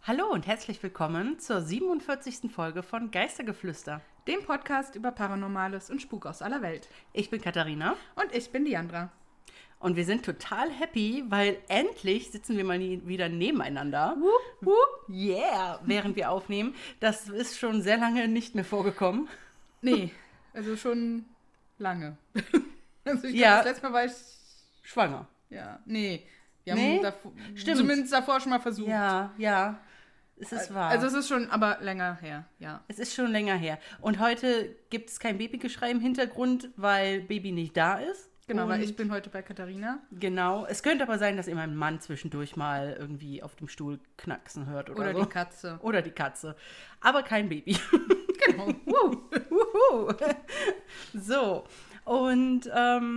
Hallo und herzlich willkommen zur 47. Folge von Geistergeflüster. Dem Podcast über Paranormales und Spuk aus aller Welt. Ich bin Katharina. Und ich bin Diandra. Und wir sind total happy, weil endlich sitzen wir mal wieder nebeneinander. Wupp, wupp. Yeah, während wir aufnehmen. Das ist schon sehr lange nicht mehr vorgekommen. Nee, also schon lange. Also ich Ja. glaube, das letzte Mal war ich... Schwanger. Ja, nee. Wir Nee? haben davor, Stimmt. zumindest davor schon mal versucht. Ja, es ist wahr. Also es ist schon aber länger her, ja. Es ist schon länger her. Und heute gibt es kein Babygeschrei im Hintergrund, weil Baby nicht da ist. Genau, und weil ich bin heute bei Katharina. Genau. Es könnte aber sein, dass ihr meinen Mann zwischendurch mal irgendwie auf dem Stuhl knacksen hört oder so. Die Katze. Oder die Katze. Aber kein Baby. Genau. Wuhu. So. Und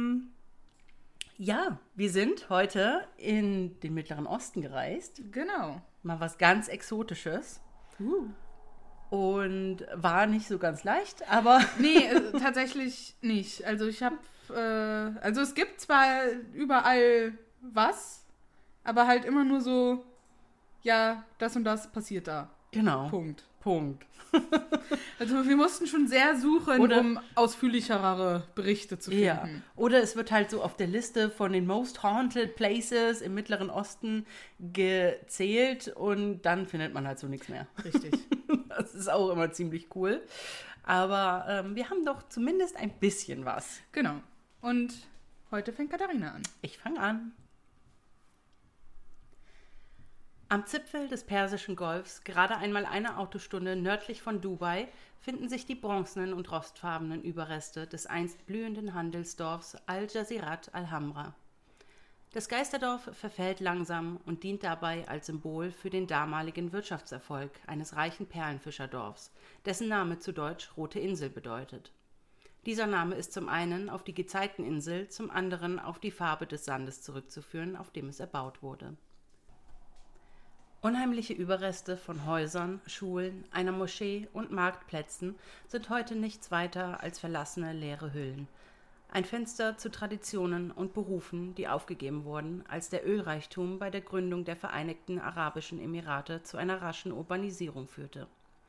ja, wir sind heute in den Mittleren Osten gereist. Genau. Mal was ganz Exotisches. Und war nicht so ganz leicht, aber Nee, tatsächlich nicht. Also ich habe, also es gibt zwar überall was, aber halt immer nur so, ja, das und das passiert da. genau. Punkt. Also wir mussten schon sehr suchen, Oder- um ausführlichere Berichte zu finden. Ja. Oder es wird halt so auf der Liste von den Most Haunted Places im Mittleren Osten gezählt und dann findet man halt so nichts mehr. Richtig. Das ist auch immer ziemlich cool. Aber wir haben doch zumindest ein bisschen was. Genau. Und heute fängt Katharina an. Ich fange an. Am Zipfel des Persischen Golfs, gerade einmal eine Autostunde nördlich von Dubai, finden sich die bronzenen und rostfarbenen Überreste des einst blühenden Handelsdorfs Al-Jazirat Al-Hamra. Das Geisterdorf verfällt langsam und dient dabei als Symbol für den damaligen Wirtschaftserfolg eines reichen Perlenfischerdorfs, dessen Name zu Deutsch Rote Insel bedeutet. Dieser Name ist zum einen auf die Gezeiteninsel, zum anderen auf die Farbe des Sandes zurückzuführen, auf dem es erbaut wurde. Unheimliche Überreste von Häusern, Schulen, einer Moschee und Marktplätzen sind heute nichts weiter als verlassene leere Hüllen. Ein Fenster zu Traditionen und Berufen, die aufgegeben wurden, als der Ölreichtum bei der Gründung der Vereinigten Arabischen Emirate zu einer raschen Urbanisierung führte.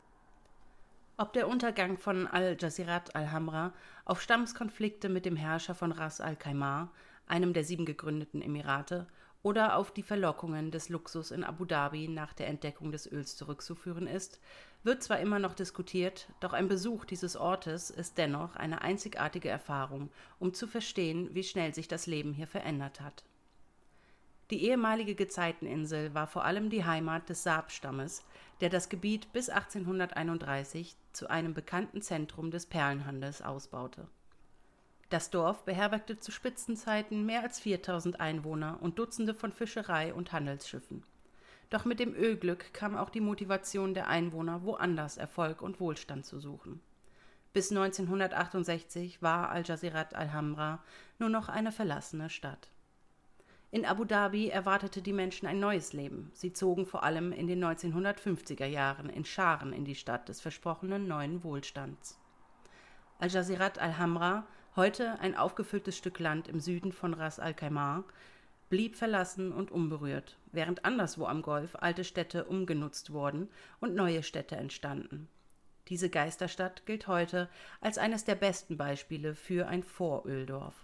Ob der Untergang von Al-Jazirat Al-Hamra auf Stammeskonflikte mit dem Herrscher von Ras Al-Khaimah, einem der 7 gegründeten Emirate, oder auf die Verlockungen des Luxus in Abu Dhabi nach der Entdeckung des Öls zurückzuführen ist, wird zwar immer noch diskutiert, doch ein Besuch dieses Ortes ist dennoch eine einzigartige Erfahrung, um zu verstehen, wie schnell sich das Leben hier verändert hat. Die ehemalige Gezeiteninsel war vor allem die Heimat des Saab-Stammes, der das Gebiet bis 1831 zu einem bekannten Zentrum des Perlenhandels ausbaute. Das Dorf beherbergte zu Spitzenzeiten mehr als 4000 Einwohner und Dutzende von Fischerei- und Handelsschiffen. Doch mit dem Ölglück kam auch die Motivation der Einwohner, woanders Erfolg und Wohlstand zu suchen. Bis 1968 war Al-Jazirat Al-Hamra nur noch eine verlassene Stadt. In Abu Dhabi erwartete die Menschen ein neues Leben. Sie zogen vor allem in den 1950er Jahren in Scharen in die Stadt des versprochenen neuen Wohlstands. Al-Jazirat Al-Hamra, heute ein aufgefülltes Stück Land im Süden von Ras Al-Khaimah, blieb verlassen und unberührt, während anderswo am Golf alte Städte umgenutzt wurden und neue Städte entstanden. Diese Geisterstadt gilt heute als eines der besten Beispiele für ein Voröldorf.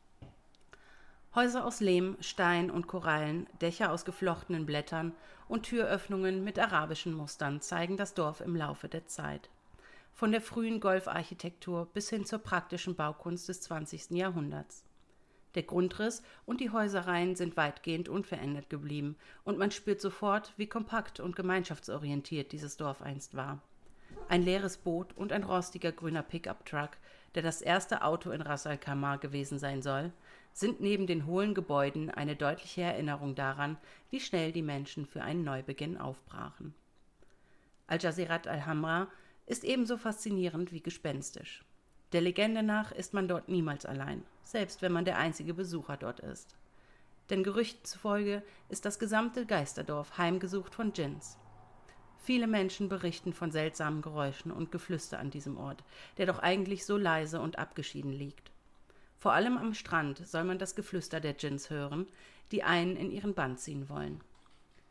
Häuser aus Lehm, Stein und Korallen, Dächer aus geflochtenen Blättern und Türöffnungen mit arabischen Mustern zeigen das Dorf im Laufe der Zeit. Von der frühen Golfarchitektur bis hin zur praktischen Baukunst des 20. Jahrhunderts. Der Grundriss und die Häusereien sind weitgehend unverändert geblieben und man spürt sofort, wie kompakt und gemeinschaftsorientiert dieses Dorf einst war. Ein leeres Boot und ein rostiger grüner Pickup-Truck, der das erste Auto in Ras Al-Khaimah gewesen sein soll, sind neben den hohlen Gebäuden eine deutliche Erinnerung daran, wie schnell die Menschen für einen Neubeginn aufbrachen. Al-Jazirat Al-Hamra ist ebenso faszinierend wie gespenstisch. Der Legende nach ist man dort niemals allein, selbst wenn man der einzige Besucher dort ist. Denn Gerüchten zufolge ist das gesamte Geisterdorf heimgesucht von Dschinns. Viele Menschen berichten von seltsamen Geräuschen und Geflüster an diesem Ort, der doch eigentlich so leise und abgeschieden liegt. Vor allem am Strand soll man das Geflüster der Dschinns hören, die einen in ihren Bann ziehen wollen.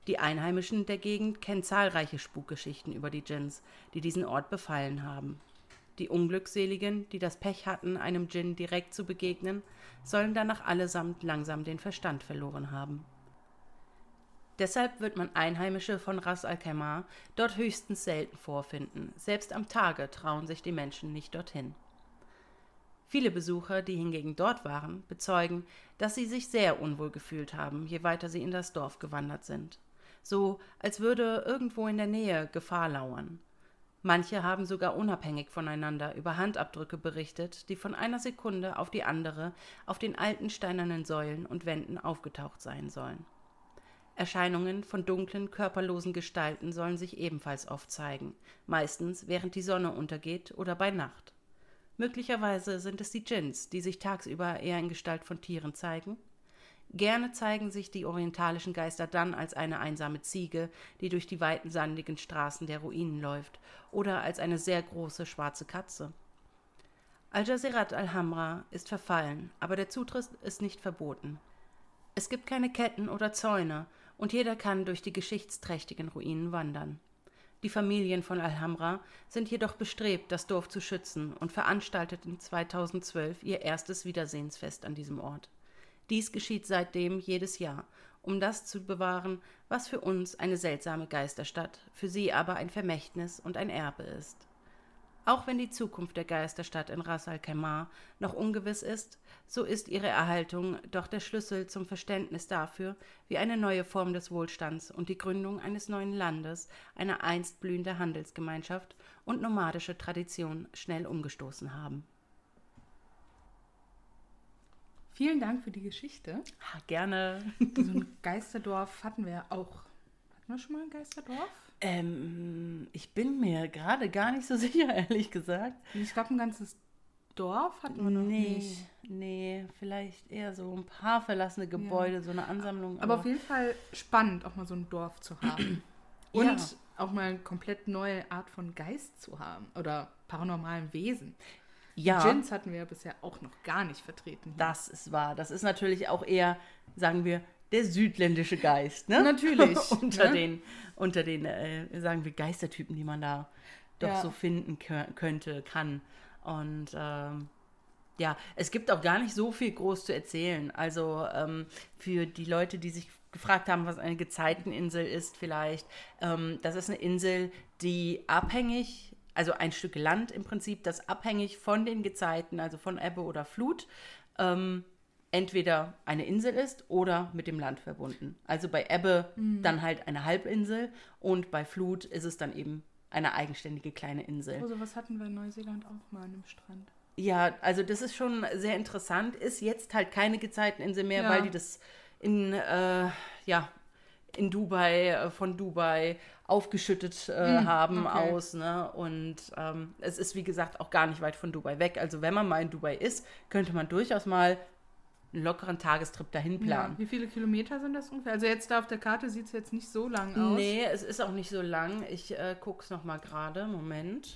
Die Einheimischen der Gegend kennen zahlreiche Spukgeschichten über die Dschinns, die diesen Ort befallen haben. Die Unglückseligen, die das Pech hatten, einem Dschinn direkt zu begegnen, sollen danach allesamt langsam den Verstand verloren haben. Deshalb wird man Einheimische von Ras Al-Khaimah dort höchstens selten vorfinden. Selbst am Tage trauen sich die Menschen nicht dorthin. Viele Besucher, die hingegen dort waren, bezeugen, dass sie sich sehr unwohl gefühlt haben, je weiter sie in das Dorf gewandert sind. So, als würde irgendwo in der Nähe Gefahr lauern. Manche haben sogar unabhängig voneinander über Handabdrücke berichtet, die von einer Sekunde auf die andere auf den alten steinernen Säulen und Wänden aufgetaucht sein sollen. Erscheinungen von dunklen, körperlosen Gestalten sollen sich ebenfalls oft zeigen, meistens während die Sonne untergeht oder bei Nacht. Möglicherweise sind es die Dschinns, die sich tagsüber eher in Gestalt von Tieren zeigen. Gerne zeigen sich die orientalischen Geister dann als eine einsame Ziege, die durch die weiten sandigen Straßen der Ruinen läuft, oder als eine sehr große schwarze Katze. Al-Jasirat al-Hamra ist verfallen, aber der Zutritt ist nicht verboten. Es gibt keine Ketten oder Zäune und jeder kann durch die geschichtsträchtigen Ruinen wandern. Die Familien von Al-Hamra sind jedoch bestrebt, das Dorf zu schützen und veranstalteten 2012 ihr erstes Wiedersehensfest an diesem Ort. Dies geschieht seitdem jedes Jahr, um das zu bewahren, was für uns eine seltsame Geisterstadt, für sie aber ein Vermächtnis und ein Erbe ist. Auch wenn die Zukunft der Geisterstadt in Ras Al-Khaimah noch ungewiss ist, so ist ihre Erhaltung doch der Schlüssel zum Verständnis dafür, wie eine neue Form des Wohlstands und die Gründung eines neuen Landes, eine einst blühende Handelsgemeinschaft und nomadische Tradition schnell umgestoßen haben. Vielen Dank für die Geschichte. Gerne. So ein Geisterdorf hatten wir auch. Hatten wir schon mal ein Geisterdorf? Ich bin mir gerade gar nicht so sicher, ehrlich gesagt. Ich glaube, ein ganzes Dorf hatten wir noch nicht. Nee, vielleicht eher so ein paar verlassene Gebäude, so eine Ansammlung. Aber auf jeden Fall spannend, auch mal so ein Dorf zu haben. Und auch mal eine komplett neue Art von Geist zu haben. Oder paranormalen Wesen. Ja. Djinns hatten wir ja bisher auch noch gar nicht vertreten. Hier. Das ist wahr. Das ist natürlich auch eher, sagen wir, der südländische Geist, ne? Natürlich. unter den, sagen wir, Geistertypen, die man da doch so finden kann. Und es gibt auch gar nicht so viel groß zu erzählen. Also für die Leute, die sich gefragt haben, was eine Gezeiteninsel ist vielleicht, das ist eine Insel, die abhängig, also ein Stück Land im Prinzip, das abhängig von den Gezeiten, also von Ebbe oder Flut, entweder eine Insel ist oder mit dem Land verbunden. Also bei Ebbe dann halt eine Halbinsel und bei Flut ist es dann eben eine eigenständige kleine Insel. Oh, sowas hatten wir in Neuseeland auch mal an einem Strand. Ja, also das ist schon sehr interessant. Ist jetzt halt keine Gezeiteninsel mehr, weil die das in Dubai, von Dubai aufgeschüttet haben aus. Ne? Und es ist, wie gesagt, auch gar nicht weit von Dubai weg. Also wenn man mal in Dubai ist, könnte man durchaus mal einen lockeren Tagestrip dahin planen. Ja. Wie viele Kilometer sind das ungefähr? Also jetzt da auf der Karte sieht es jetzt nicht so lang aus. Nee, es ist auch nicht so lang. Ich gucke es nochmal gerade. Moment.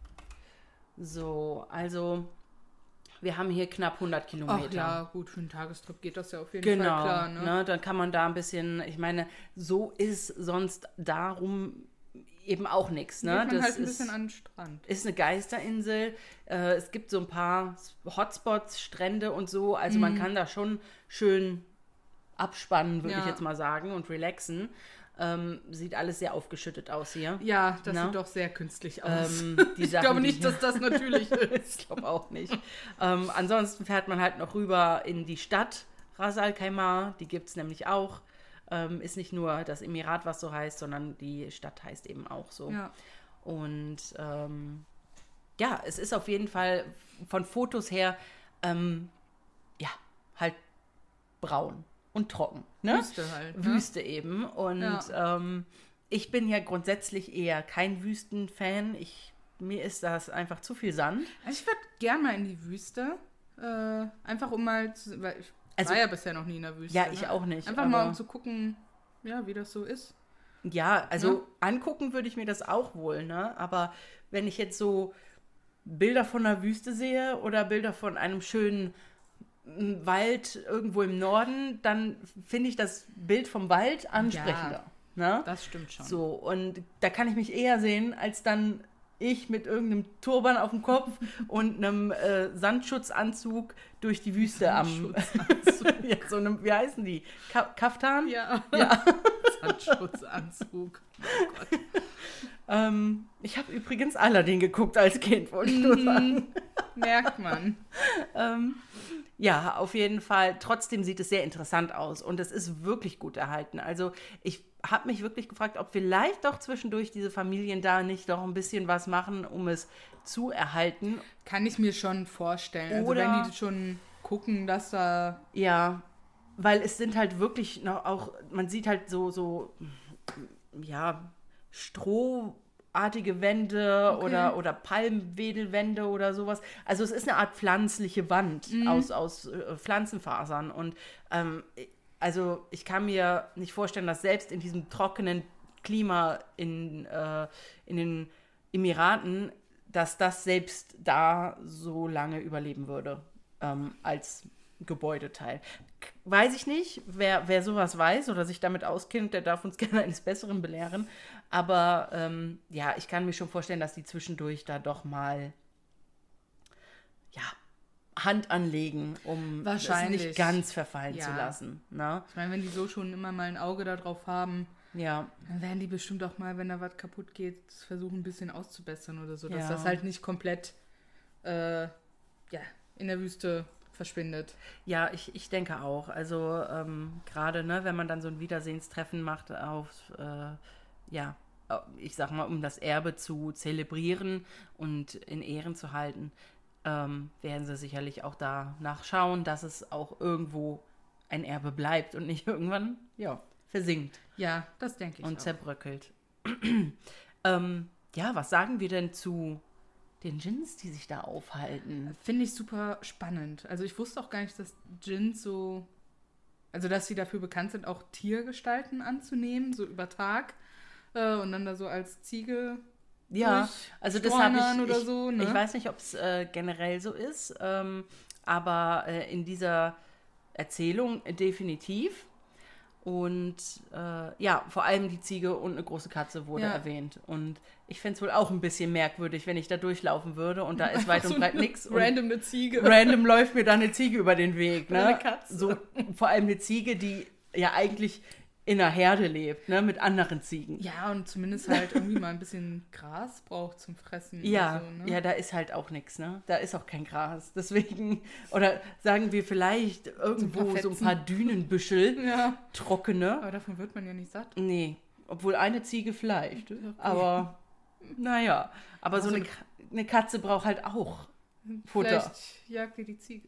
So, also wir haben hier knapp 100 Kilometer. Ach ja, gut, für einen Tagestrip geht das ja auf jeden Fall klar. Ne? Dann kann man da ein bisschen, ich meine, so ist sonst darum eben auch nichts. Ne? Geht man halt ein bisschen an den Strand. Ist eine Geisterinsel. Es gibt so ein paar Hotspots, Strände und so. Also man kann da schon schön abspannen, würde ich jetzt mal sagen, und relaxen. Sieht alles sehr aufgeschüttet aus hier. Ja, das sieht doch sehr künstlich aus. Ich glaube nicht, dass das natürlich ist. Ich glaube auch nicht. Ansonsten fährt man halt noch rüber in die Stadt Ras Al-Khaimah. Die gibt es nämlich auch. Ist nicht nur das Emirat, was so heißt, sondern die Stadt heißt eben auch so. Ja. Und es ist auf jeden Fall von Fotos her halt braun und trocken. Ne? Wüste halt. Ne? Wüste eben. Und ich bin ja grundsätzlich eher kein Wüstenfan. Mir ist das einfach zu viel Sand. Also ich würde gern mal in die Wüste. Einfach um mal zu... Weil ich war ja bisher noch nie in der Wüste. Ja, ich auch nicht. Einfach mal um zu gucken, wie das so ist. Ja, also angucken würde ich mir das auch wohl, ne? Aber wenn ich jetzt so Bilder von der Wüste sehe oder Bilder von einem schönen Wald irgendwo im Norden, dann finde ich das Bild vom Wald ansprechender. Ne? Das stimmt schon. So, und da kann ich mich eher sehen, als dann ich mit irgendeinem Turban auf dem Kopf und einem Sandschutzanzug durch die Wüste ja, so einem, wie heißen die? Kaftan? Ja. Sandschutzanzug. Oh Gott. Ich habe übrigens Aladdin geguckt als Kind, wollte ich nur sagen. Merkt man. Ja, auf jeden Fall. Trotzdem sieht es sehr interessant aus und es ist wirklich gut erhalten. Also ich habe mich wirklich gefragt, ob vielleicht doch zwischendurch diese Familien da nicht doch ein bisschen was machen, um es zu erhalten. Kann ich mir schon vorstellen. Oder, also wenn die schon gucken, dass da... Ja, weil es sind halt wirklich noch auch, man sieht halt so ja, strohartige Wände oder Palmwedelwände oder sowas. Also es ist eine Art pflanzliche Wand aus Pflanzenfasern. Und also ich kann mir nicht vorstellen, dass selbst in diesem trockenen Klima in den Emiraten, dass das selbst da so lange überleben würde als Gebäudeteil. Weiß ich nicht, wer sowas weiß oder sich damit auskennt, der darf uns gerne eines Besseren belehren. Aber ja, ich kann mir schon vorstellen, dass die zwischendurch da doch mal Hand anlegen, um es nicht ganz verfallen zu lassen. Ne? Ich meine, wenn die so schon immer mal ein Auge darauf haben, dann werden die bestimmt auch mal, wenn da was kaputt geht, versuchen ein bisschen auszubessern oder so, dass das halt nicht komplett in der Wüste verschwindet. Ja, ich denke auch. Also gerade, ne, wenn man dann so ein Wiedersehenstreffen macht auf, ich sag mal, um das Erbe zu zelebrieren und in Ehren zu halten, werden sie sicherlich auch danach schauen, dass es auch irgendwo ein Erbe bleibt und nicht irgendwann, versinkt. Ja, das denke ich und auch. Zerbröckelt. Was sagen wir denn zu den Djinns, die sich da aufhalten? Finde ich super spannend. Also ich wusste auch gar nicht, dass Djinns so, also dass sie dafür bekannt sind, auch Tiergestalten anzunehmen, so über Tag und dann da so als Ziege also das habe ich oder so, ne? Ich weiß nicht, ob es generell so ist, aber in dieser Erzählung definitiv. Und vor allem die Ziege und eine große Katze wurde erwähnt. Und ich fände es wohl auch ein bisschen merkwürdig, wenn ich da durchlaufen würde und da ist weit und breit nichts. Random eine Ziege. Random läuft mir da eine Ziege über den Weg. Ne? Eine Katze. So, vor allem eine Ziege, die ja eigentlich in einer Herde lebt, ne, mit anderen Ziegen. Ja, und zumindest halt irgendwie mal ein bisschen Gras braucht zum Fressen. Ja, oder so, ne? ja, da ist halt auch nichts, ne? Da ist auch kein Gras. Deswegen, oder sagen wir vielleicht irgendwo so ein paar Dünenbüschel, trockene. Aber davon wird man ja nicht satt. Nee, obwohl eine Ziege vielleicht. Okay. Aber, naja. Aber also so eine Katze braucht halt auch Futter. Vielleicht jagt ihr die Ziege.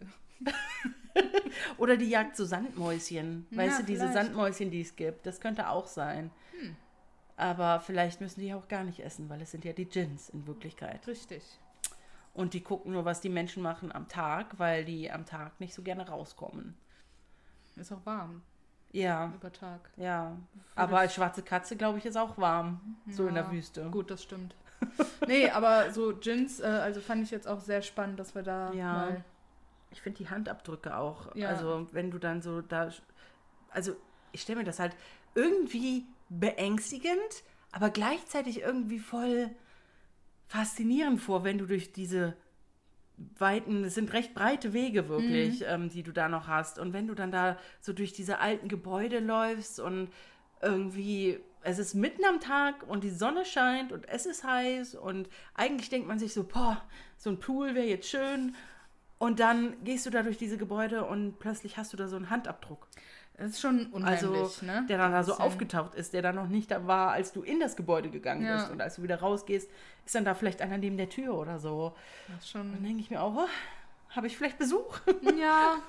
Oder die jagt so Sandmäuschen. Weißt du, diese vielleicht. Sandmäuschen, die es gibt. Das könnte auch sein. Aber vielleicht müssen die auch gar nicht essen, weil es sind ja die Djinns in Wirklichkeit. Richtig. Und die gucken nur, was die Menschen machen am Tag, weil die am Tag nicht so gerne rauskommen. Ist auch warm. Ja. Über Tag. Ja. Aber als schwarze Katze, glaube ich, ist auch warm. So in der Wüste. Gut, das stimmt. Nee, aber so Djinns, also fand ich jetzt auch sehr spannend, dass wir da mal... Ich finde die Handabdrücke auch. Ja. Also wenn du dann so da... Also ich stelle mir das halt irgendwie beängstigend, aber gleichzeitig irgendwie voll faszinierend vor, wenn du durch diese weiten, es sind recht breite Wege wirklich, die du da noch hast. Und wenn du dann da so durch diese alten Gebäude läufst und irgendwie, es ist mitten am Tag und die Sonne scheint und es ist heiß und eigentlich denkt man sich so, boah, so ein Pool wäre jetzt schön. Und dann gehst du da durch diese Gebäude und plötzlich hast du da so einen Handabdruck. Das ist schon unheimlich, also, ne? Der dann da so aufgetaucht ist, der dann noch nicht da war, als du in das Gebäude gegangen bist. Und als du wieder rausgehst, ist dann da vielleicht einer neben der Tür oder so. Das ist schon... Und dann denke ich mir auch, oh, habe ich vielleicht Besuch? Ja.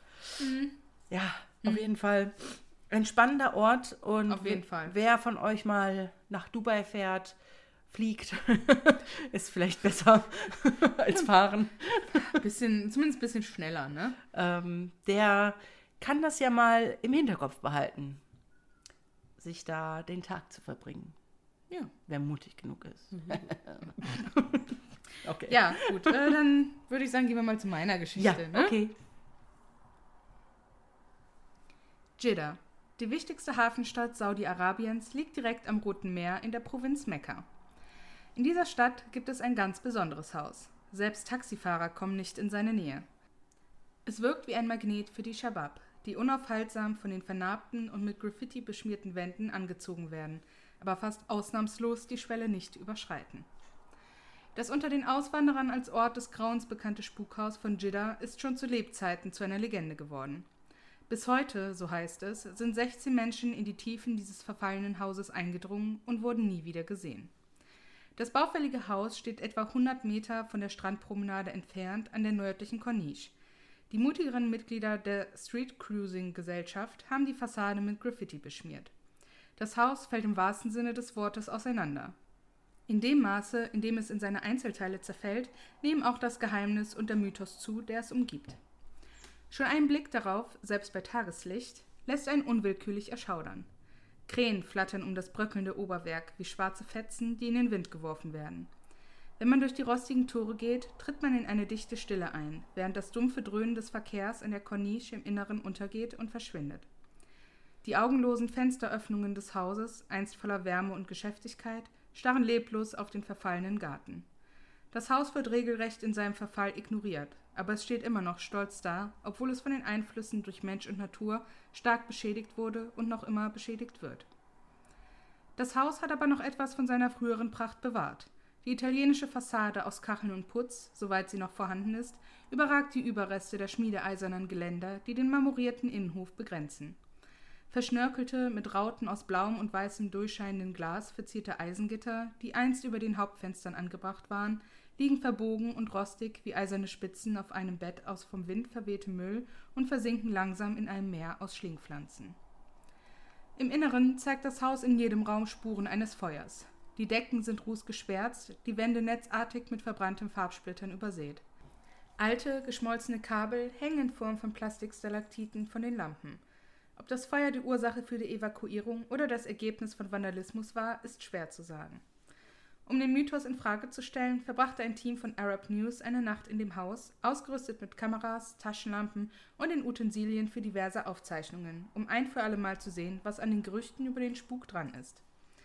Ja, auf jeden Fall ein spannender Ort. Und auf jeden Fall. Wer von euch mal nach Dubai fliegt, ist vielleicht besser als fahren. Zumindest ein bisschen schneller, ne? Der kann das ja mal im Hinterkopf behalten, sich da den Tag zu verbringen. Ja. Wer mutig genug ist. Okay. Ja, gut. Dann würde ich sagen, gehen wir mal zu meiner Geschichte. Ja, okay. Jeddah. Die wichtigste Hafenstadt Saudi-Arabiens liegt direkt am Roten Meer in der Provinz Mekka. In dieser Stadt gibt es ein ganz besonderes Haus. Selbst Taxifahrer kommen nicht in seine Nähe. Es wirkt wie ein Magnet für die Schabab, die unaufhaltsam von den vernarbten und mit Graffiti beschmierten Wänden angezogen werden, aber fast ausnahmslos die Schwelle nicht überschreiten. Das unter den Auswanderern als Ort des Grauens bekannte Spukhaus von Dschidda ist schon zu Lebzeiten zu einer Legende geworden. Bis heute, so heißt es, sind 16 Menschen in die Tiefen dieses verfallenen Hauses eingedrungen und wurden nie wieder gesehen. Das baufällige Haus steht etwa 100 Meter von der Strandpromenade entfernt an der nördlichen Corniche. Die mutigeren Mitglieder der Street Cruising Gesellschaft haben die Fassade mit Graffiti beschmiert. Das Haus fällt im wahrsten Sinne des Wortes auseinander. In dem Maße, in dem es in seine Einzelteile zerfällt, nehmen auch das Geheimnis und der Mythos zu, der es umgibt. Schon ein Blick darauf, selbst bei Tageslicht, lässt einen unwillkürlich erschaudern. Krähen flattern um das bröckelnde Oberwerk wie schwarze Fetzen, die in den Wind geworfen werden. Wenn man durch die rostigen Tore geht, tritt man in eine dichte Stille ein, während das dumpfe Dröhnen des Verkehrs an der Corniche im Inneren untergeht und verschwindet. Die augenlosen Fensteröffnungen des Hauses, einst voller Wärme und Geschäftigkeit, starren leblos auf den verfallenen Garten. Das Haus wird regelrecht in seinem Verfall ignoriert, aber es steht immer noch stolz da, obwohl es von den Einflüssen durch Mensch und Natur stark beschädigt wurde und noch immer beschädigt wird. Das Haus hat aber noch etwas von seiner früheren Pracht bewahrt. Die italienische Fassade aus Kacheln und Putz, soweit sie noch vorhanden ist, überragt die Überreste der schmiedeeisernen Geländer, die den marmorierten Innenhof begrenzen. Verschnörkelte, mit Rauten aus blauem und weißem durchscheinenden Glas verzierte Eisengitter, die einst über den Hauptfenstern angebracht waren, liegen verbogen und rostig wie eiserne Spitzen auf einem Bett aus vom Wind verwehtem Müll und versinken langsam in einem Meer aus Schlingpflanzen. Im Inneren zeigt das Haus in jedem Raum Spuren eines Feuers. Die Decken sind rußgeschwärzt, die Wände netzartig mit verbranntem Farbsplittern übersät. Alte, geschmolzene Kabel hängen in Form von Plastikstalaktiken von den Lampen. Ob das Feuer die Ursache für die Evakuierung oder das Ergebnis von Vandalismus war, ist schwer zu sagen. Um den Mythos in Frage zu stellen, verbrachte ein Team von Arab News eine Nacht in dem Haus, ausgerüstet mit Kameras, Taschenlampen und den Utensilien für diverse Aufzeichnungen, um ein für alle Mal zu sehen, was an den Gerüchten über den Spuk dran ist.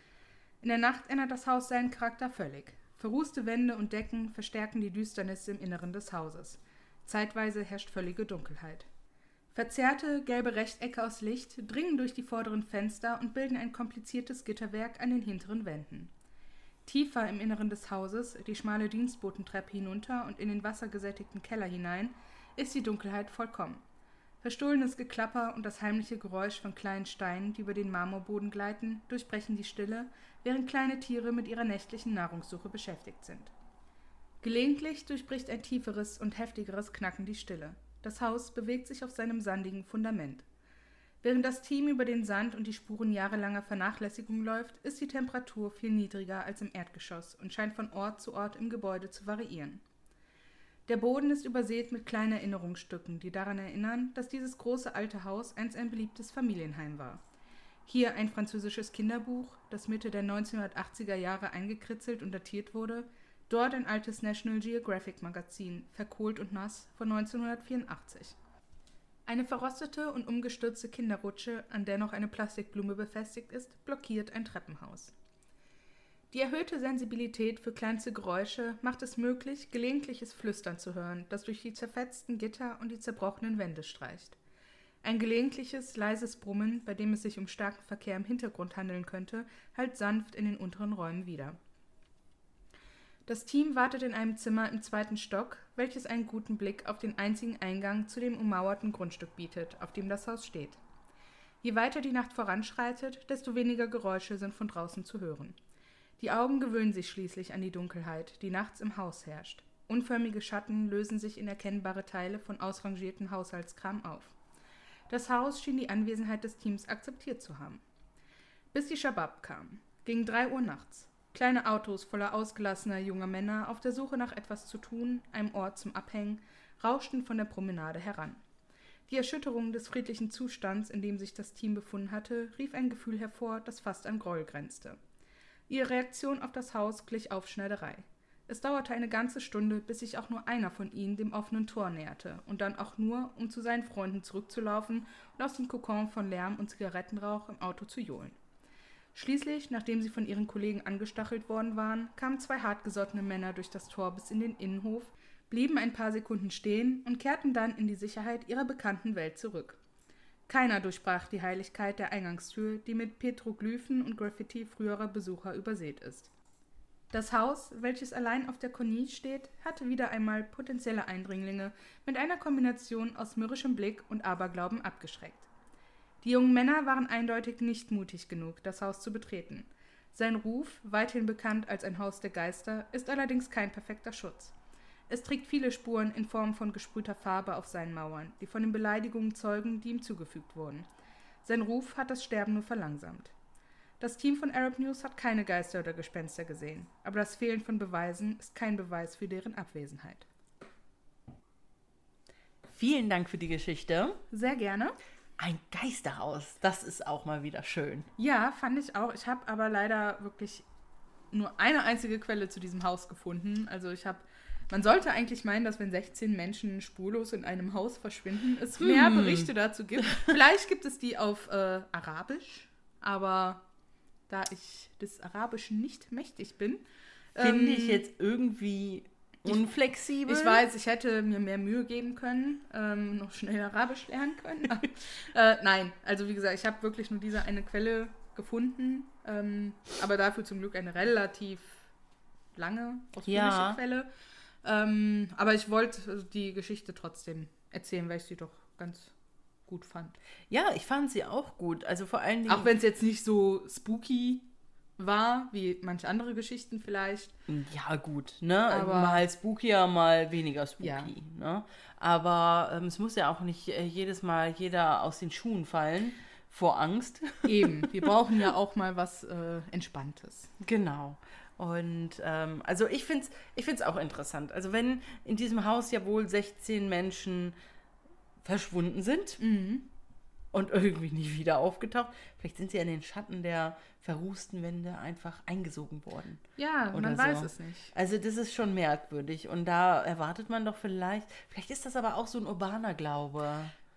In der Nacht ändert das Haus seinen Charakter völlig. Verrußte Wände und Decken verstärken die Düsternis im Inneren des Hauses. Zeitweise herrscht völlige Dunkelheit. Verzerrte, gelbe Rechtecke aus Licht dringen durch die vorderen Fenster und bilden ein kompliziertes Gitterwerk an den hinteren Wänden. Tiefer im Inneren des Hauses, die schmale Dienstbotentreppe hinunter und in den wassergesättigten Keller hinein, ist die Dunkelheit vollkommen. Verstohlenes Geklapper und das heimliche Geräusch von kleinen Steinen, die über den Marmorboden gleiten, durchbrechen die Stille, während kleine Tiere mit ihrer nächtlichen Nahrungssuche beschäftigt sind. Gelegentlich durchbricht ein tieferes und heftigeres Knacken die Stille. Das Haus bewegt sich auf seinem sandigen Fundament. Während das Team über den Sand und die Spuren jahrelanger Vernachlässigung läuft, ist die Temperatur viel niedriger als im Erdgeschoss und scheint von Ort zu Ort im Gebäude zu variieren. Der Boden ist übersät mit kleinen Erinnerungsstücken, die daran erinnern, dass dieses große alte Haus einst ein beliebtes Familienheim war. Hier ein französisches Kinderbuch, das Mitte der 1980er Jahre eingekritzelt und datiert wurde, dort ein altes National Geographic Magazin, verkohlt und nass, von 1984. Eine verrostete und umgestürzte Kinderrutsche, an der noch eine Plastikblume befestigt ist, blockiert ein Treppenhaus. Die erhöhte Sensibilität für kleinste Geräusche macht es möglich, gelegentliches Flüstern zu hören, das durch die zerfetzten Gitter und die zerbrochenen Wände streicht. Ein gelegentliches, leises Brummen, bei dem es sich um starken Verkehr im Hintergrund handeln könnte, hallt sanft in den unteren Räumen wider. Das Team wartet in einem Zimmer im 2. Stock, welches einen guten Blick auf den einzigen Eingang zu dem ummauerten Grundstück bietet, auf dem das Haus steht. Je weiter die Nacht voranschreitet, desto weniger Geräusche sind von draußen zu hören. Die Augen gewöhnen sich schließlich an die Dunkelheit, die nachts im Haus herrscht. Unförmige Schatten lösen sich in erkennbare Teile von ausrangierten Haushaltskram auf. Das Haus schien die Anwesenheit des Teams akzeptiert zu haben. Bis die Schabab kamen. Gegen 3 Uhr nachts. Kleine Autos voller ausgelassener junger Männer auf der Suche nach etwas zu tun, einem Ort zum Abhängen, rauschten von der Promenade heran. Die Erschütterung des friedlichen Zustands, in dem sich das Team befunden hatte, rief ein Gefühl hervor, das fast an Groll grenzte. Ihre Reaktion auf das Haus glich Aufschneiderei. Es dauerte eine ganze Stunde, bis sich auch nur einer von ihnen dem offenen Tor näherte, und dann auch nur, um zu seinen Freunden zurückzulaufen und aus dem Kokon von Lärm und Zigarettenrauch im Auto zu johlen. Schließlich, nachdem sie von ihren Kollegen angestachelt worden waren, kamen 2 hartgesottene Männer durch das Tor bis in den Innenhof, blieben ein paar Sekunden stehen und kehrten dann in die Sicherheit ihrer bekannten Welt zurück. Keiner durchbrach die Heiligkeit der Eingangstür, die mit Petroglyphen und Graffiti früherer Besucher übersät ist. Das Haus, welches allein auf der Corniche steht, hatte wieder einmal potenzielle Eindringlinge mit einer Kombination aus mürrischem Blick und Aberglauben abgeschreckt. Die jungen Männer waren eindeutig nicht mutig genug, das Haus zu betreten. Sein Ruf, weithin bekannt als ein Haus der Geister, ist allerdings kein perfekter Schutz. Es trägt viele Spuren in Form von gesprühter Farbe auf seinen Mauern, die von den Beleidigungen zeugen, die ihm zugefügt wurden. Sein Ruf hat das Sterben nur verlangsamt. Das Team von Arab News hat keine Geister oder Gespenster gesehen, aber das Fehlen von Beweisen ist kein Beweis für deren Abwesenheit. Vielen Dank für die Geschichte. Sehr gerne. Ein Geisterhaus, das ist auch mal wieder schön. Ja, fand ich auch. Ich habe aber leider wirklich nur eine einzige Quelle zu diesem Haus gefunden. Also man sollte eigentlich meinen, dass wenn 16 Menschen spurlos in einem Haus verschwinden, es mehr Berichte dazu gibt. Vielleicht gibt es die auf Arabisch, aber da ich des Arabischen nicht mächtig bin, finde ich jetzt irgendwie unflexibel. Ich weiß, ich hätte mir mehr Mühe geben können, noch schnell Arabisch lernen können. Nein, also wie gesagt, ich habe wirklich nur diese eine Quelle gefunden, aber dafür zum Glück eine relativ lange, ausführliche Quelle. Aber ich wollte die Geschichte trotzdem erzählen, weil ich sie doch ganz gut fand. Ja, ich fand sie auch gut. Also vor allen Dingen... Auch wenn es jetzt nicht so spooky war, wie manche andere Geschichten vielleicht. Ja, gut, ne? Aber mal spookier, mal weniger spooky. Ja. Ne? Aber es muss ja auch nicht jedes Mal jeder aus den Schuhen fallen vor Angst. Eben, wir brauchen ja auch mal was Entspanntes. Genau. Und also ich find's auch interessant. Also wenn in diesem Haus ja wohl 16 Menschen verschwunden sind und irgendwie nie wieder aufgetaucht, vielleicht sind sie in den Schatten der verrußten Wände einfach eingesogen worden. Ja, man weiß es nicht. Also das ist schon merkwürdig. Und da erwartet man doch vielleicht ist das aber auch so ein urbaner Glaube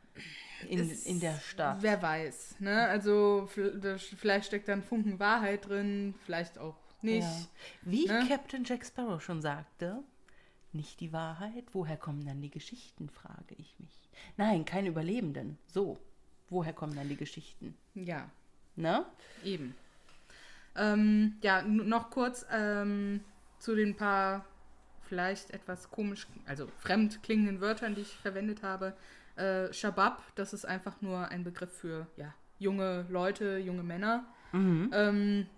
in der Stadt. Wer weiß, ne? Also vielleicht steckt da ein Funken Wahrheit drin, vielleicht auch nicht. Ja. Wie ne? Captain Jack Sparrow schon sagte, nicht die Wahrheit, woher kommen dann die Geschichten, frage ich mich. Nein, keine Überlebenden. So, woher kommen dann die Geschichten? Ja. Ne? Eben. Ja, noch kurz zu den paar vielleicht etwas komisch, also fremd klingenden Wörtern, die ich verwendet habe. Shabab, das ist einfach nur ein Begriff für junge Leute, junge Männer. Eine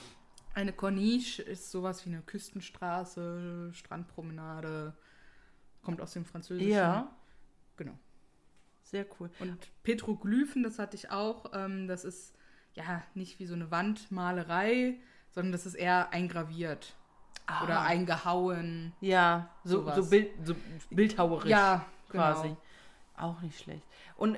Corniche ist sowas wie eine Küstenstraße, Strandpromenade, kommt aus dem Französischen. Ja. Genau. Sehr cool. Und Petroglyphen, das hatte ich auch, das ist nicht wie so eine Wandmalerei, sondern das ist eher eingraviert oder eingehauen. Ja, so bildhauerisch quasi. Genau. Auch nicht schlecht. Und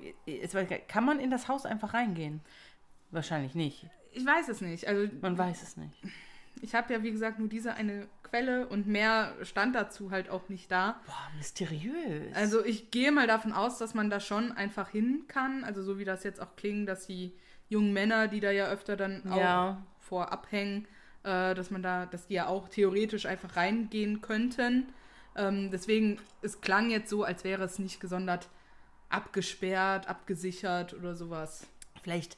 kann man in das Haus einfach reingehen? Wahrscheinlich nicht. Ich weiß es nicht. Also man weiß es nicht. Ich habe ja, wie gesagt, nur diese eine Quelle und mehr stand dazu halt auch nicht da. Boah, mysteriös. Also ich gehe mal davon aus, dass man da schon einfach hin kann. Also so wie das jetzt auch klingt, dass die jungen Männer, die da ja öfter dann auch vorab hängen, dass die ja auch theoretisch einfach reingehen könnten. Deswegen, es klang jetzt so, als wäre es nicht gesondert abgesperrt, abgesichert oder sowas. Vielleicht,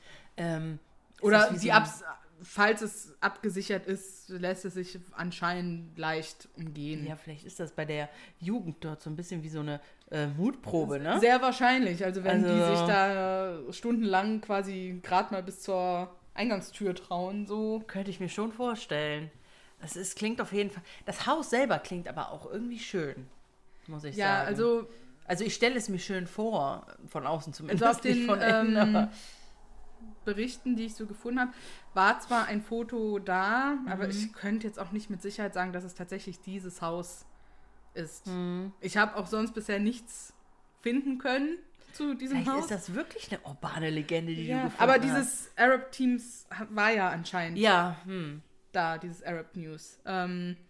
oder falls es abgesichert ist, lässt es sich anscheinend leicht umgehen. Ja, vielleicht ist das bei der Jugend dort so ein bisschen wie so eine Mutprobe, ne? Sehr wahrscheinlich. Also wenn die sich da stundenlang quasi gerade mal bis zur Eingangstür trauen, so. Könnte ich mir schon vorstellen. Klingt auf jeden Fall. Das Haus selber klingt aber auch irgendwie schön, muss ich sagen. Ja, also ich stelle es mir schön vor, von außen zumindest. Also auf den nicht von innen, Berichten, die ich so gefunden habe, war zwar ein Foto da, aber ich könnte jetzt auch nicht mit Sicherheit sagen, dass es tatsächlich dieses Haus ist. Ich habe auch sonst bisher nichts finden können zu diesem Vielleicht Haus. ist das wirklich eine urbane Legende, die du gefunden hast. Aber dieses Arab-Teams war ja anscheinend da, da, dieses Arab News.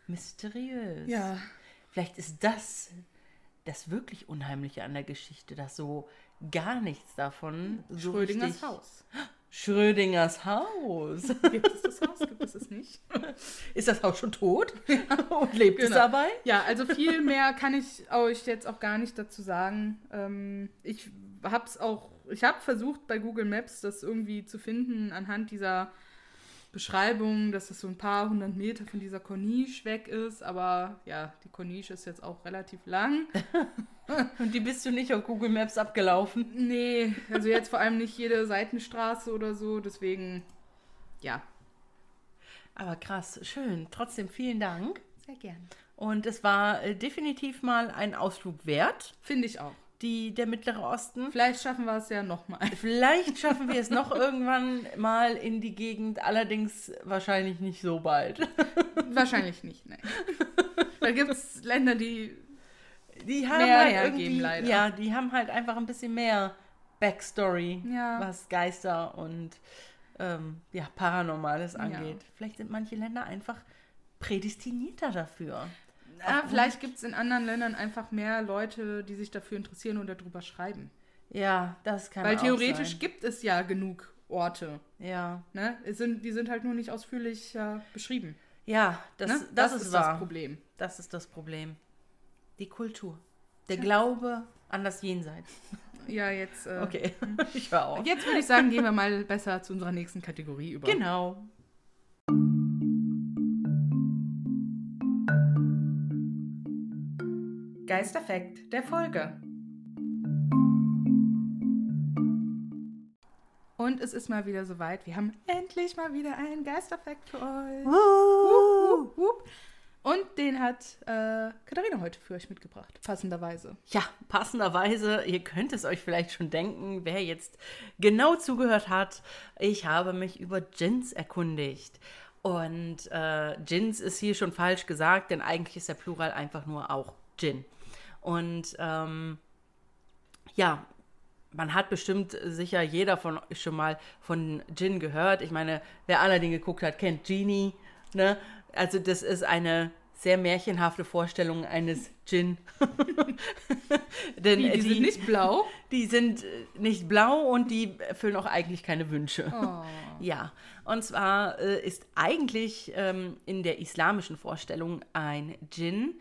Mysteriös. Ja. Vielleicht ist das wirklich Unheimliche an der Geschichte, dass so gar nichts davon so Schrödingers richtig... Haus. Schrödingers Haus. Gibt es das Haus? Gibt es es nicht? Ist das Haus schon tot? Und lebt es Genau. dabei? Ja, also viel mehr kann ich euch jetzt auch gar nicht dazu sagen. Ich habe versucht bei Google Maps das irgendwie zu finden anhand dieser Beschreibung, dass es so ein paar 100 Meter von dieser Corniche weg ist, aber ja, die Corniche ist jetzt auch relativ lang. Und die bist du nicht auf Google Maps abgelaufen? Nee, also jetzt vor allem nicht jede Seitenstraße oder so, deswegen, ja. Aber krass, schön. Trotzdem vielen Dank. Sehr gerne. Und es war definitiv mal ein Ausflug wert, Finde ich auch. der Mittlere Osten. Vielleicht schaffen wir es ja nochmal. Vielleicht schaffen wir es noch irgendwann mal in die Gegend, allerdings wahrscheinlich nicht so bald. Wahrscheinlich nicht, nein. Da gibt es Länder, die haben mehr halt hergeben, irgendwie, leider. ja, die haben halt einfach ein bisschen mehr Backstory, Ja. was Geister und Paranormales angeht. Vielleicht sind manche Länder einfach prädestinierter dafür. vielleicht gibt es in anderen Ländern einfach mehr Leute, die sich dafür interessieren und darüber schreiben. Ja, das kann Weil auch theoretisch sein. gibt es ja genug Orte. Ja, Ne? Die sind halt nur nicht ausführlich beschrieben. ja, Ne? das ist wahr. das Problem. Das ist das Problem. Die Kultur. Der Glaube an das Jenseits. Ja, jetzt. Okay, ich höre auf. Jetzt würde ich sagen, gehen wir mal besser zu unserer nächsten Kategorie über. Genau. Geisterfakt der Folge. Und es ist mal wieder soweit. Wir haben endlich mal wieder einen Geisterfakt für euch. Wup, wup. Und den hat Katharina heute für euch mitgebracht, passenderweise. Ja, passenderweise, ihr könnt es euch vielleicht schon denken, wer jetzt genau zugehört hat. Ich habe mich über Djinns erkundigt. Und Djinns ist hier schon falsch gesagt, denn eigentlich ist der Plural einfach nur auch Djinn. Und man hat bestimmt sicher jeder von euch schon mal von Djinn gehört. Ich meine, wer Aladdin geguckt hat, kennt Genie. Ne? Also das ist eine sehr märchenhafte Vorstellung eines Djinn. Denn Die sind nicht blau. Die sind nicht blau und die erfüllen auch eigentlich keine Wünsche. Oh. Ja, und zwar ist eigentlich in der islamischen Vorstellung ein Djinn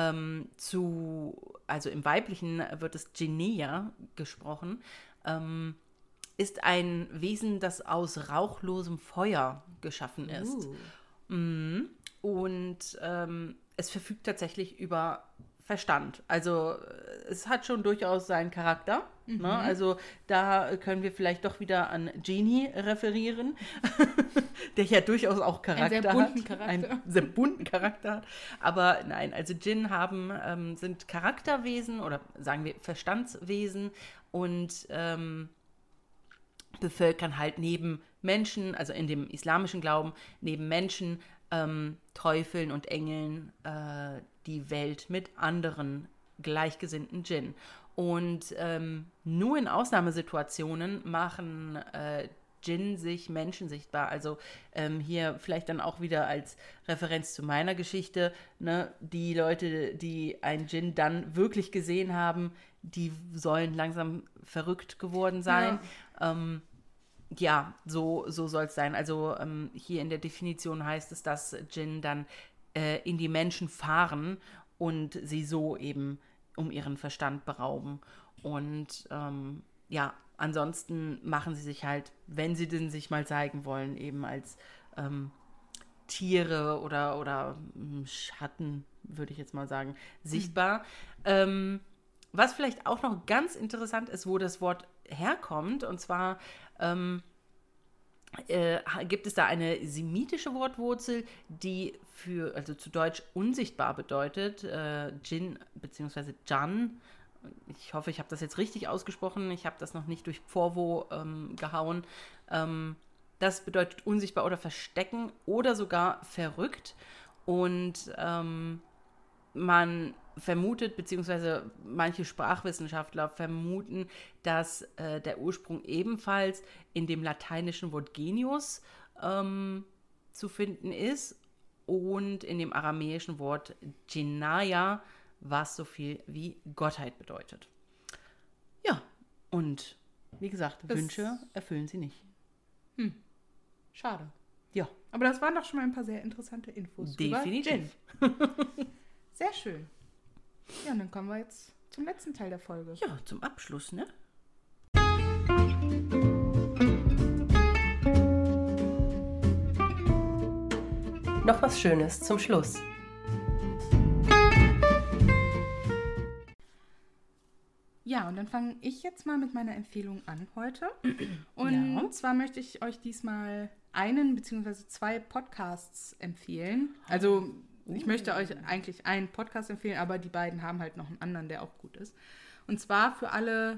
also im Weiblichen wird es Djinniya gesprochen, ist ein Wesen, das aus rauchlosem Feuer geschaffen ist. Und es verfügt tatsächlich über Verstand. Also es hat schon durchaus seinen Charakter. Ne? Also da können wir vielleicht doch wieder an Genie referieren, der ja durchaus auch Charakter hat. Einen sehr bunten Charakter hat. Aber nein, also Djinn sind Charakterwesen oder sagen wir Verstandswesen und bevölkern halt neben Menschen, also in dem islamischen Glauben, neben Menschen, Teufeln und Engeln die Welt mit anderen gleichgesinnten Djinn. Und nur in Ausnahmesituationen machen Djinn sich Menschen sichtbar. Also hier vielleicht dann auch wieder als Referenz zu meiner Geschichte, ne? Die Leute, die einen Djinn dann wirklich gesehen haben, die sollen langsam verrückt geworden sein. Ja. So soll es sein. Also hier in der Definition heißt es, dass Djinn dann in die Menschen fahren und sie so eben um ihren Verstand berauben. Und ansonsten machen sie sich halt, wenn sie denn sich mal zeigen wollen, eben als Tiere oder Schatten, würde ich jetzt mal sagen, sichtbar. Was vielleicht auch noch ganz interessant ist, wo das Wort herkommt, und zwar gibt es da eine semitische Wortwurzel, die also zu Deutsch unsichtbar bedeutet, Djinn bzw. Jan. Ich hoffe, ich habe das jetzt richtig ausgesprochen. Ich habe das noch nicht durch Vorwo gehauen. Das bedeutet unsichtbar oder verstecken oder sogar verrückt. Und man vermutet, beziehungsweise manche Sprachwissenschaftler vermuten, dass der Ursprung ebenfalls in dem lateinischen Wort genius zu finden ist und in dem aramäischen Wort Jinaya, was so viel wie Gottheit bedeutet. Ja, und wie gesagt, Wünsche erfüllen sie nicht. Schade. Ja, Aber das waren doch schon mal ein paar sehr interessante Infos definitiv. über Gin. Sehr schön. Ja, und dann kommen wir jetzt zum letzten Teil der Folge. Ja, zum Abschluss, ne? Noch was Schönes zum Schluss. Ja, und dann fange ich jetzt mal mit meiner Empfehlung an heute. Und zwar möchte ich euch diesmal einen bzw. 2 Podcasts empfehlen. Also ich möchte euch eigentlich einen Podcast empfehlen, aber die beiden haben halt noch einen anderen, der auch gut ist. Und zwar für alle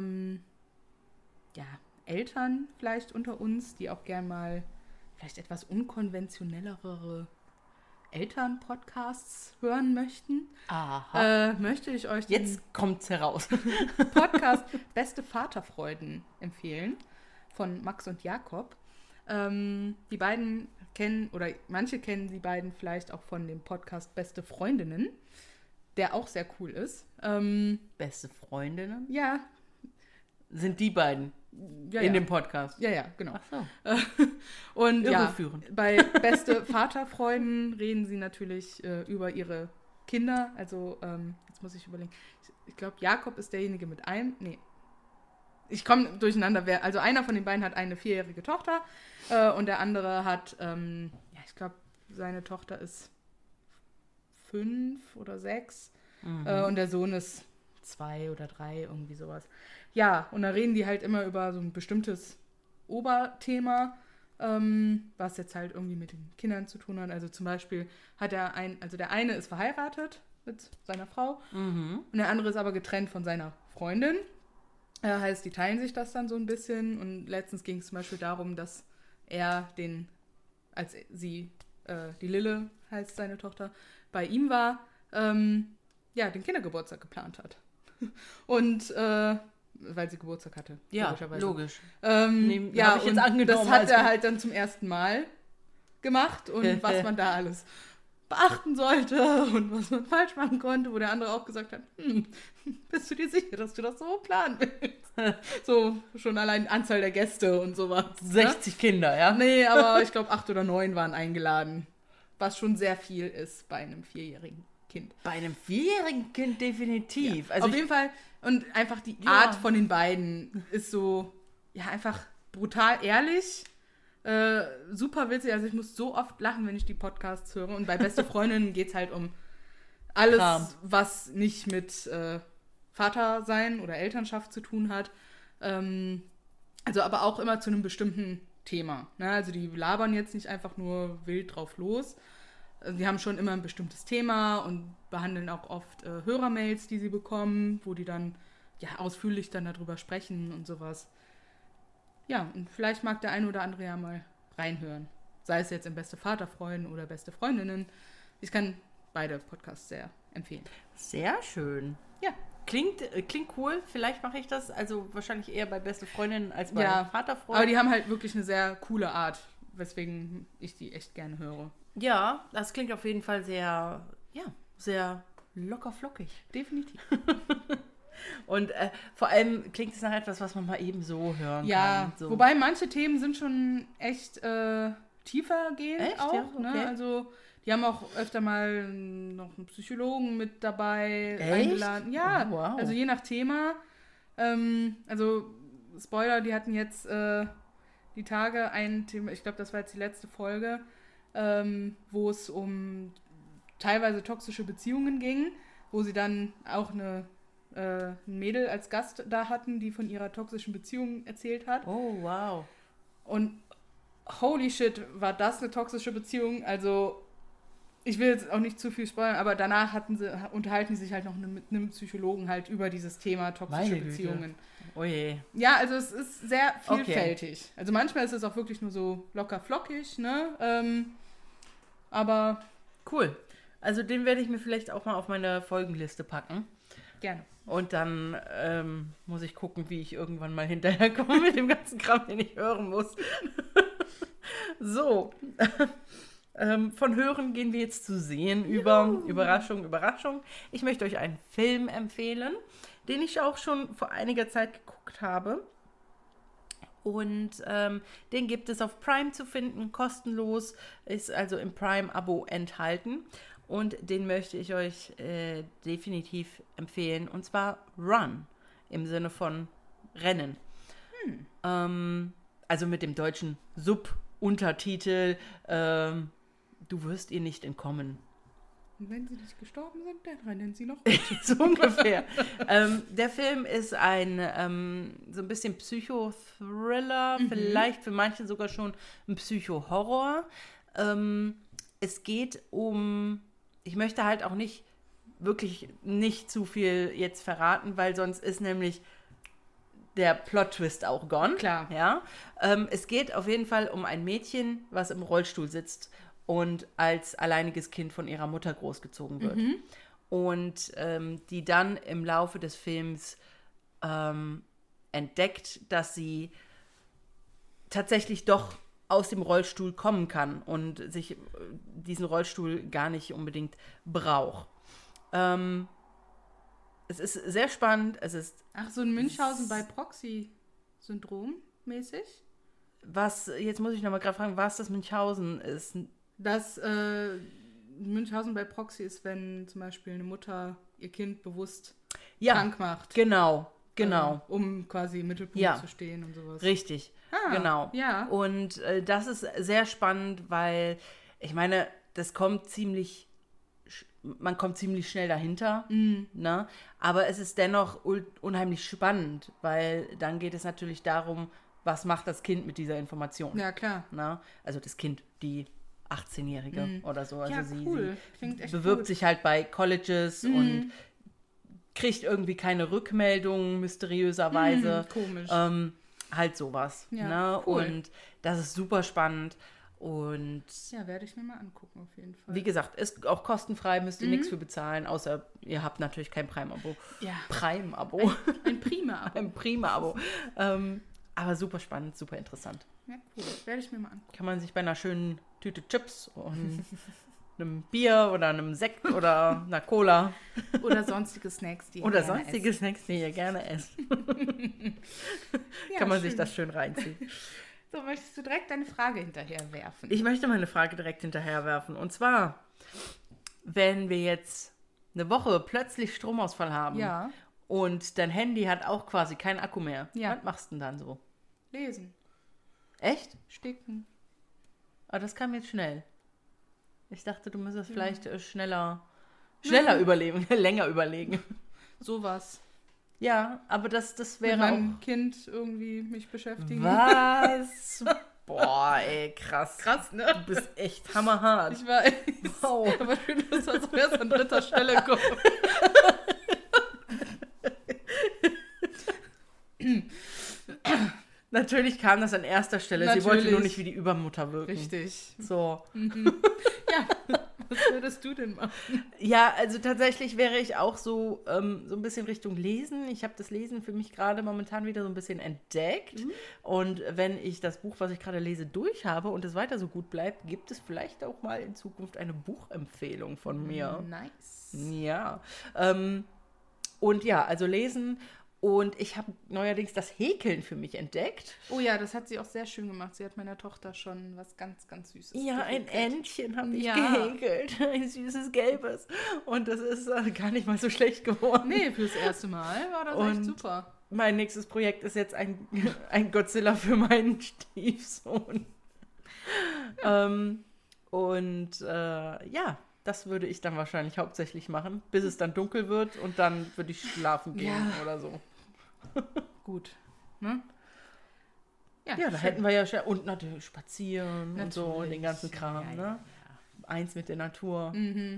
Eltern vielleicht unter uns, die auch gern mal vielleicht etwas unkonventionellere Eltern-Podcasts hören möchten, möchte ich euch den Jetzt kommt's heraus. Podcast Beste Vaterfreuden empfehlen von Max und Jakob. Die beiden kennen, oder manche kennen die beiden vielleicht auch von dem Podcast Beste Freundinnen, der auch sehr cool ist. Beste Freundinnen Ja, sind die beiden in dem Podcast. Ja, genau. Ach so. Und ja, Irreführend. bei Beste Vaterfreuden reden sie natürlich über ihre Kinder. Also, jetzt muss ich überlegen. Ich glaube, Jakob ist derjenige mit einem. Nee. Ich komme durcheinander. Also, einer von den beiden hat eine 4-jährige Tochter und der andere hat, ich glaube, seine Tochter ist 5 oder 6 und der Sohn ist 2 oder 3, irgendwie sowas. Ja, und da reden die halt immer über so ein bestimmtes Oberthema, was jetzt halt irgendwie mit den Kindern zu tun hat. Also zum Beispiel hat der eine ist verheiratet mit seiner Frau und der andere ist aber getrennt von seiner Freundin. Heißt, die teilen sich das dann so ein bisschen und letztens ging es zum Beispiel darum, dass er die Lille heißt seine Tochter, bei ihm war, den Kindergeburtstag geplant hat. Und weil sie Geburtstag hatte. Ja, logisch. Hab ich jetzt angenommen. Das hat er halt dann zum ersten Mal gemacht und was man da alles beachten sollte und was man falsch machen konnte, wo der andere auch gesagt hat, bist du dir sicher, dass du das so planen willst? So schon allein Anzahl der Gäste und sowas. 60 Kinder, ja? Nee, aber ich glaube 8 oder 9 waren eingeladen, was schon sehr viel ist bei einem 4-jährigen Kind. Bei einem 4-jährigen Kind definitiv. Ja, Also auf jeden Fall. Und einfach die Art von den beiden ist so, einfach brutal ehrlich, super witzig. Also ich muss so oft lachen, wenn ich die Podcasts höre. Und bei Beste Freundinnen geht es halt um alles, was nicht mit Vater sein oder Elternschaft zu tun hat. Also aber auch immer zu einem bestimmten Thema. Ne? Also die labern jetzt nicht einfach nur wild drauf los. Die haben schon immer ein bestimmtes Thema und behandeln auch oft Hörermails, die sie bekommen, wo die dann ausführlich dann darüber sprechen und sowas. Ja, und vielleicht mag der eine oder andere ja mal reinhören. Sei es jetzt im Beste Vaterfreuden oder Beste Freundinnen. Ich kann beide Podcasts sehr empfehlen. sehr schön. Ja. Klingt cool. Vielleicht mache ich das. Also wahrscheinlich eher bei Beste Freundinnen als bei Vaterfreuden. Aber die haben halt wirklich eine sehr coole Art, weswegen ich die echt gerne höre. Ja, das klingt auf jeden Fall sehr locker flockig. Definitiv. Und vor allem klingt es nach etwas, was man mal eben so hören kann. So. Wobei manche Themen sind schon echt tiefergehend Echt? auch. Ja, okay. Ne? Also die haben auch öfter mal noch einen Psychologen mit dabei eingeladen. Ja, wow. Also je nach Thema. Also Spoiler, die hatten jetzt die Tage ein Thema, ich glaube, das war jetzt die letzte Folge, wo es um teilweise toxische Beziehungen ging, wo sie dann auch ein Mädel als Gast da hatten, die von ihrer toxischen Beziehung erzählt hat. Oh, wow. Und holy shit, war das eine toxische Beziehung. Also ich will jetzt auch nicht zu viel spoilern, aber danach unterhalten die sich halt noch mit einem Psychologen halt über dieses Thema toxische Beziehungen. Oh je. Ja, also es ist sehr vielfältig. Okay. Also manchmal ist es auch wirklich nur so locker flockig, ne? Aber cool. Also den werde ich mir vielleicht auch mal auf meine Folgenliste packen. Gerne. Und dann muss ich gucken, wie ich irgendwann mal hinterherkomme mit dem ganzen Kram, den ich hören muss. So. Von Hören gehen wir jetzt zu Sehen über. Überraschung, Überraschung. Ich möchte euch einen Film empfehlen, den ich auch schon vor einiger Zeit geguckt habe. Und den gibt es auf Prime zu finden, kostenlos, ist also im Prime-Abo enthalten. Und den möchte ich euch definitiv empfehlen. Und zwar Run, im Sinne von Rennen. Also mit dem deutschen Subuntertitel Du wirst ihr nicht entkommen. Und wenn sie nicht gestorben sind, dann rennen sie noch. So ungefähr. Der Film ist ein so ein bisschen Psychothriller, vielleicht für manche sogar schon ein Psychohorror. Es geht um, ich möchte halt auch nicht zu viel jetzt verraten, weil sonst ist nämlich der Plot-Twist auch gone. Klar. Ja? Es geht auf jeden Fall um ein Mädchen, was im Rollstuhl sitzt und als alleiniges Kind von ihrer Mutter großgezogen wird. Und die dann im Laufe des Films entdeckt, dass sie tatsächlich doch aus dem Rollstuhl kommen kann und sich diesen Rollstuhl gar nicht unbedingt braucht. Es ist sehr spannend. Es ist So ein Münchhausen bei Proxy-Syndrom mäßig? jetzt muss ich nochmal gerade fragen, was das Münchhausen ist. Das Münchhausen bei Proxy ist, wenn zum Beispiel eine Mutter ihr Kind bewusst krank macht. Genau. Um quasi im Mittelpunkt zu stehen und sowas. Richtig, genau. Ja. Und das ist sehr spannend, weil, ich meine, man kommt ziemlich schnell dahinter, ne? Aber es ist dennoch unheimlich spannend, weil dann geht es natürlich darum, was macht das Kind mit dieser Information. Ja, klar. Ne? Also das Kind, die 18-Jährige oder so. Also Ja, cool. Klingt sie echt bewirbt gut. sich halt bei Colleges und kriegt irgendwie keine Rückmeldung, mysteriöserweise. Komisch. Halt sowas. Ja, Ne? cool. Und das ist super spannend. Und Ja, werde ich mir mal angucken, auf jeden Fall. wie gesagt, ist auch kostenfrei, müsst ihr nichts für bezahlen, außer ihr habt natürlich kein Prime-Abo. Ja. Prime-Abo. Ein Prima-Abo. Ein Prima-Abo. Aber super spannend, super interessant. Ja, cool. Werde ich mir mal angucken. Kann man sich bei einer schönen Tüte Chips und einem Bier oder einem Sekt oder einer Cola Oder sonstige Snacks, die oder ihr gerne sonstige Snacks, die ihr gerne esst, Ja, kann man schön. sich das schön reinziehen. So, möchtest du direkt eine Frage hinterher werfen? Ich möchte meine Frage direkt hinterher werfen. Und zwar, wenn wir jetzt eine Woche plötzlich Stromausfall haben Ja. und dein Handy hat auch quasi keinen Akku mehr, Ja. was machst du denn dann so? Lesen, Echt? sticken. Aber das kam jetzt schnell. Ich dachte, du müsstest vielleicht schneller überlegen, länger überlegen. Sowas. Ja, aber das Mit wäre meinem auch... Kind irgendwie mich beschäftigen. Was? Boah, ey, krass. Krass, ne? Du bist echt hammerhart. Ich weiß. Wow. Aber schön, dass das erst an dritter Stelle kommt. Natürlich kam das an erster Stelle. Sie wollte Natürlich. nur nicht wie die Übermutter wirken. Richtig. So. Ja, was würdest du denn machen? Ja, also tatsächlich wäre ich auch so ein bisschen Richtung Lesen. Ich habe das Lesen für mich gerade momentan wieder so ein bisschen entdeckt. Und wenn ich das Buch, was ich gerade lese, durch habe und es weiter so gut bleibt, gibt es vielleicht auch mal in Zukunft eine Buchempfehlung von mir. Nice. Ja. Und ja, also Lesen. Und ich habe neuerdings das Häkeln für mich entdeckt. Oh ja, das hat sie auch sehr schön gemacht. Sie hat meiner Tochter schon was ganz, ganz Süßes Ja, ein gehäkelt. Entchen habe ich Ja. gehäkelt. Ein süßes Gelbes. Und das ist gar nicht mal so schlecht geworden. Nee, fürs erste Mal war das echt Und- super. Mein nächstes Projekt ist jetzt ein Godzilla für meinen Stiefsohn. Ja, das würde ich dann wahrscheinlich hauptsächlich machen, bis es dann dunkel wird und dann würde ich schlafen gehen Ja. oder so. Gut. Ne? Ja, da schön. hätten wir ja schon, und natürlich spazieren und so, Natürlich. den ganzen Kram, Ja, ne? ja, Eins mit der Natur.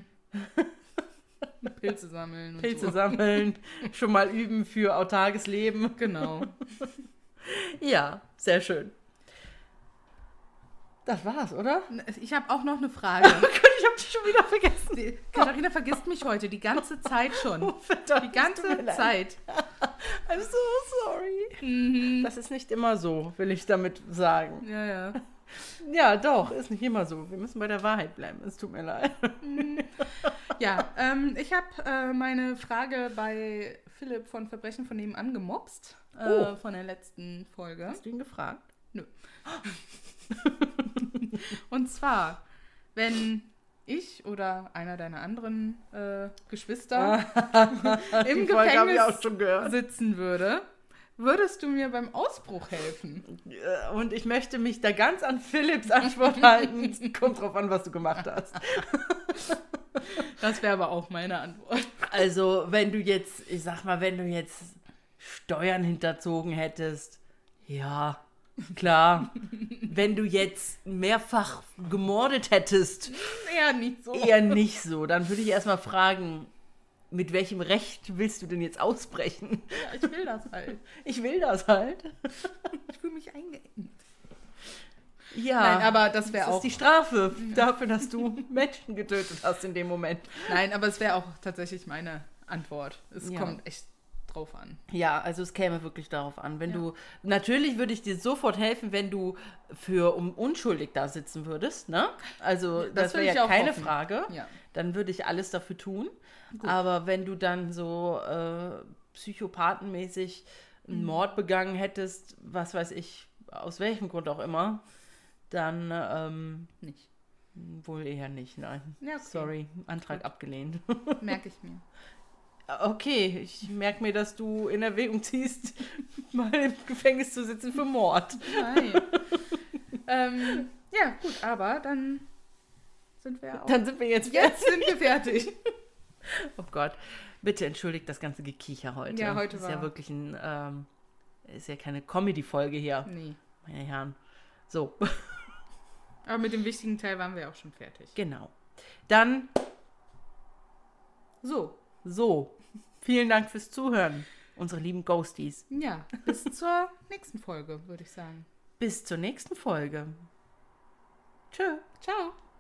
Pilze sammeln und Pilze so. sammeln, schon mal üben für autarkes Leben. Genau. Ja, sehr schön. Das war's, oder? Ich habe auch noch eine Frage. Oh Gott, ich hab dich schon wieder vergessen. Katharina vergisst mich heute die ganze Zeit schon. Verdammt, Die es ganze tut mir leid. Zeit. I'm so sorry. Das ist nicht immer so, will ich damit sagen. Ja, ja. Ja, doch, ist nicht immer so. Wir müssen bei der Wahrheit bleiben. Es tut mir leid. Ja, ich habe meine Frage bei Philipp von Verbrechen von nebenan gemobst. Von der letzten Folge. Hast du ihn gefragt? Nö. Und zwar, wenn ich oder einer deiner anderen Geschwister im Die Folge habe ich auch Gefängnis schon gehört. sitzen würde, würdest du mir beim Ausbruch helfen? Und ich möchte mich da ganz an Philipps Antwort halten. Kommt drauf an, was du gemacht hast. Das wäre aber auch meine Antwort. Also, wenn du jetzt Steuern hinterzogen hättest, ja, klar. Wenn du jetzt mehrfach gemordet hättest, Eher nicht so. eher nicht so. Dann würde ich erstmal fragen, mit welchem Recht willst du denn jetzt ausbrechen? Ja, ich will das halt. Ich will das halt. Ich fühle mich eingeengt. Ja, Nein, aber das wäre das auch... ist die Strafe dafür, dass du Menschen getötet hast in dem Moment. Nein, aber es wäre auch tatsächlich meine Antwort. Es Ja. kommt echt drauf an. Ja, also es käme wirklich darauf an. Wenn Ja. du, natürlich würde ich dir sofort helfen, wenn du unschuldig da sitzen würdest, ne? Also das wäre würde ich ja auch keine hoffen. Frage. Ja. Dann würde ich alles dafür tun. Gut. Aber wenn du dann so psychopathenmäßig einen Mord begangen hättest, was weiß ich, aus welchem Grund auch immer, dann Nicht. wohl eher nicht, nein. Ja, okay. Sorry, Antrag abgelehnt. Merke ich mir. Okay, ich merke mir, dass du in Erwägung ziehst, mal im Gefängnis zu sitzen für Mord. Nein. Ja, gut, aber dann sind wir auch... Dann sind wir jetzt Jetzt sind wir fertig. Oh Gott, bitte entschuldigt das ganze Gekicher heute. Ja, heute ist ja war- wirklich ist ja keine Comedy-Folge hier, Nee. meine Herren. So, Aber mit dem wichtigen Teil waren wir auch schon fertig. genau. Dann So, vielen Dank fürs Zuhören, unsere lieben Ghosties. ja, bis zur nächsten Folge, würde ich sagen. Bis zur nächsten Folge. Tschö. Ciao.